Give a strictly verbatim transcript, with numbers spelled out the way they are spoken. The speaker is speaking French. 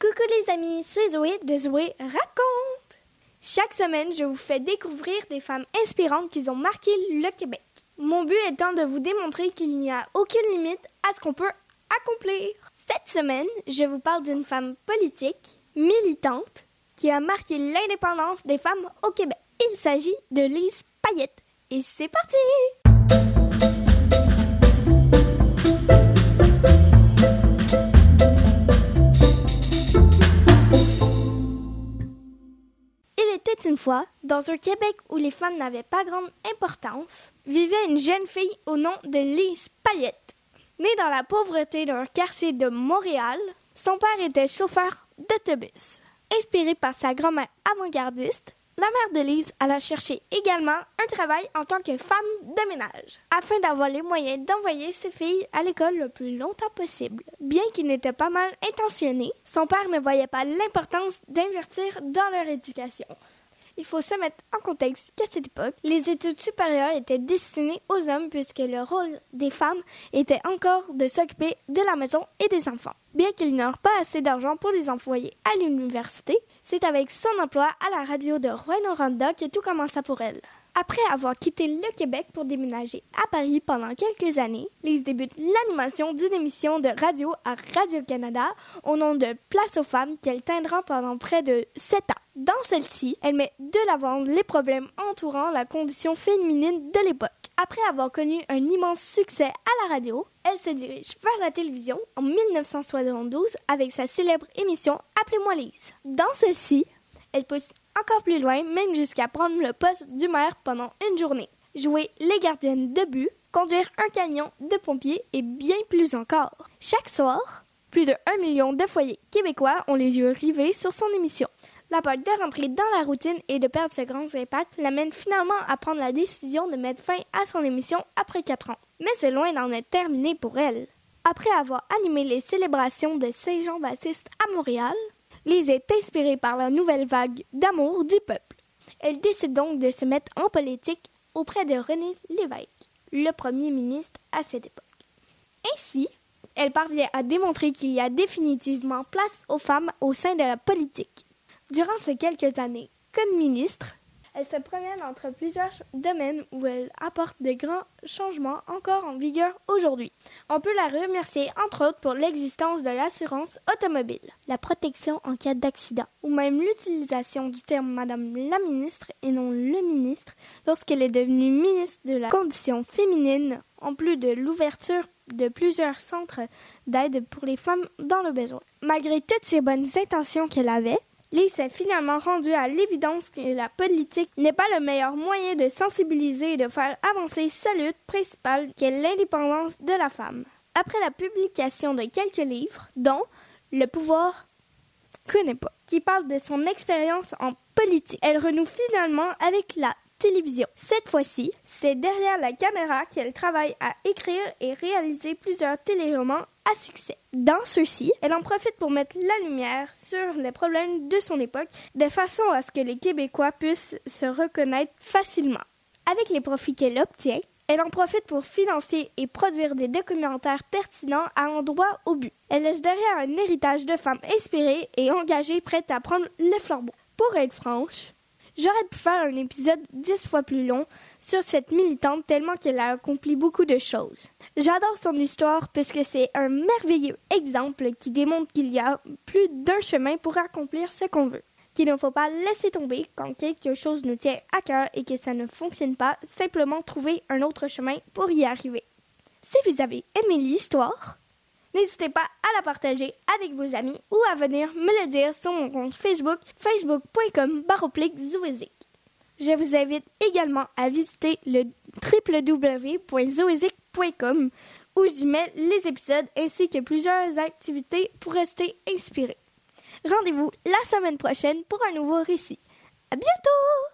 Coucou les amis, c'est Zoé de Zoé Raconte. Chaque semaine, je vous fais découvrir des femmes inspirantes qui ont marqué le Québec. Mon but étant de vous démontrer qu'il n'y a aucune limite à ce qu'on peut accomplir. Cette semaine, je vous parle d'une femme politique, militante, qui a marqué l'indépendance des femmes au Québec. Il s'agit de Lise Payette. Et c'est parti! Il était une fois, dans un Québec où les femmes n'avaient pas grande importance, vivait une jeune fille au nom de Lise Payette. Née dans la pauvreté d'un quartier de Montréal, son père était chauffeur d'autobus. Inspirée par sa grand-mère avant-gardiste, la mère de Lise alla chercher également un travail en tant que femme de ménage, afin d'avoir les moyens d'envoyer ses filles à l'école le plus longtemps possible. Bien qu'il n'était pas mal intentionné, son père ne voyait pas l'importance d'investir dans leur éducation. Il faut se mettre en contexte qu'à cette époque, les études supérieures étaient destinées aux hommes puisque le rôle des femmes était encore de s'occuper de la maison et des enfants. Bien qu'ils n'eurent pas assez d'argent pour les envoyer à l'université, c'est avec son emploi à la radio de Rouyn-Noranda que tout commença pour elle. Après avoir quitté le Québec pour déménager à Paris pendant quelques années, Lise débute l'animation d'une émission de radio à Radio-Canada au nom de Place aux femmes qu'elle teindra pendant près de sept ans. Dans celle-ci, elle met de l'avant les problèmes entourant la condition féminine de l'époque. Après avoir connu un immense succès à la radio, elle se dirige vers la télévision en dix-neuf cent soixante-douze avec sa célèbre émission « Appelez-moi Lise ». Dans celle-ci, elle pousse encore plus loin, même jusqu'à prendre le poste du maire pendant une journée, jouer les gardiennes de but, conduire un camion de pompiers et bien plus encore. Chaque soir, plus de un million de foyers québécois ont les yeux rivés sur son émission. La peur de rentrer dans la routine et de perdre ce grand impact l'amène finalement à prendre la décision de mettre fin à son émission après quatre ans. Mais c'est loin d'en être terminé pour elle. Après avoir animé les célébrations de Saint-Jean-Baptiste à Montréal, Lise est inspirée par la nouvelle vague d'amour du peuple. Elle décide donc de se mettre en politique auprès de René Lévesque, le premier ministre à cette époque. Ainsi, elle parvient à démontrer qu'il y a définitivement place aux femmes au sein de la politique. Durant ces quelques années, comme ministre, elle se promène entre plusieurs domaines où elle apporte de grands changements encore en vigueur aujourd'hui. On peut la remercier entre autres pour l'existence de l'assurance automobile, la protection en cas d'accident, ou même l'utilisation du terme Madame la ministre et non le ministre lorsqu'elle est devenue ministre de la condition féminine, en plus de l'ouverture de plusieurs centres d'aide pour les femmes dans le besoin. Malgré toutes ces bonnes intentions qu'elle avait, Lise s'est finalement rendue à l'évidence que la politique n'est pas le meilleur moyen de sensibiliser et de faire avancer sa lutte principale qui est l'indépendance de la femme. Après la publication de quelques livres, dont Le pouvoir connaît pas, qui parle de son expérience en politique, elle renoue finalement avec la télévision. Cette fois-ci, c'est derrière la caméra qu'elle travaille à écrire et réaliser plusieurs téléromans à succès. Dans ceux-ci, elle en profite pour mettre la lumière sur les problèmes de son époque, de façon à ce que les Québécois puissent se reconnaître facilement. Avec les profits qu'elle obtient, elle en profite pour financer et produire des documentaires pertinents allant droit au but. Elle laisse derrière un héritage de femmes inspirées et engagées prêtes à prendre le flambeau. Pour être franche, j'aurais pu faire un épisode dix fois plus long sur cette militante tellement qu'elle a accompli beaucoup de choses. J'adore son histoire puisque c'est un merveilleux exemple qui démontre qu'il y a plus d'un chemin pour accomplir ce qu'on veut. Qu'il ne faut pas laisser tomber quand quelque chose nous tient à cœur et que ça ne fonctionne pas, simplement trouver un autre chemin pour y arriver. Si vous avez aimé l'histoire, n'hésitez pas à la partager avec vos amis ou à venir me le dire sur mon compte Facebook, facebook point com barre oblique zoézic. Je vous invite également à visiter le w w w point zoézic point com où j'y mets les épisodes ainsi que plusieurs activités pour rester inspiré. Rendez-vous la semaine prochaine pour un nouveau récit. À bientôt!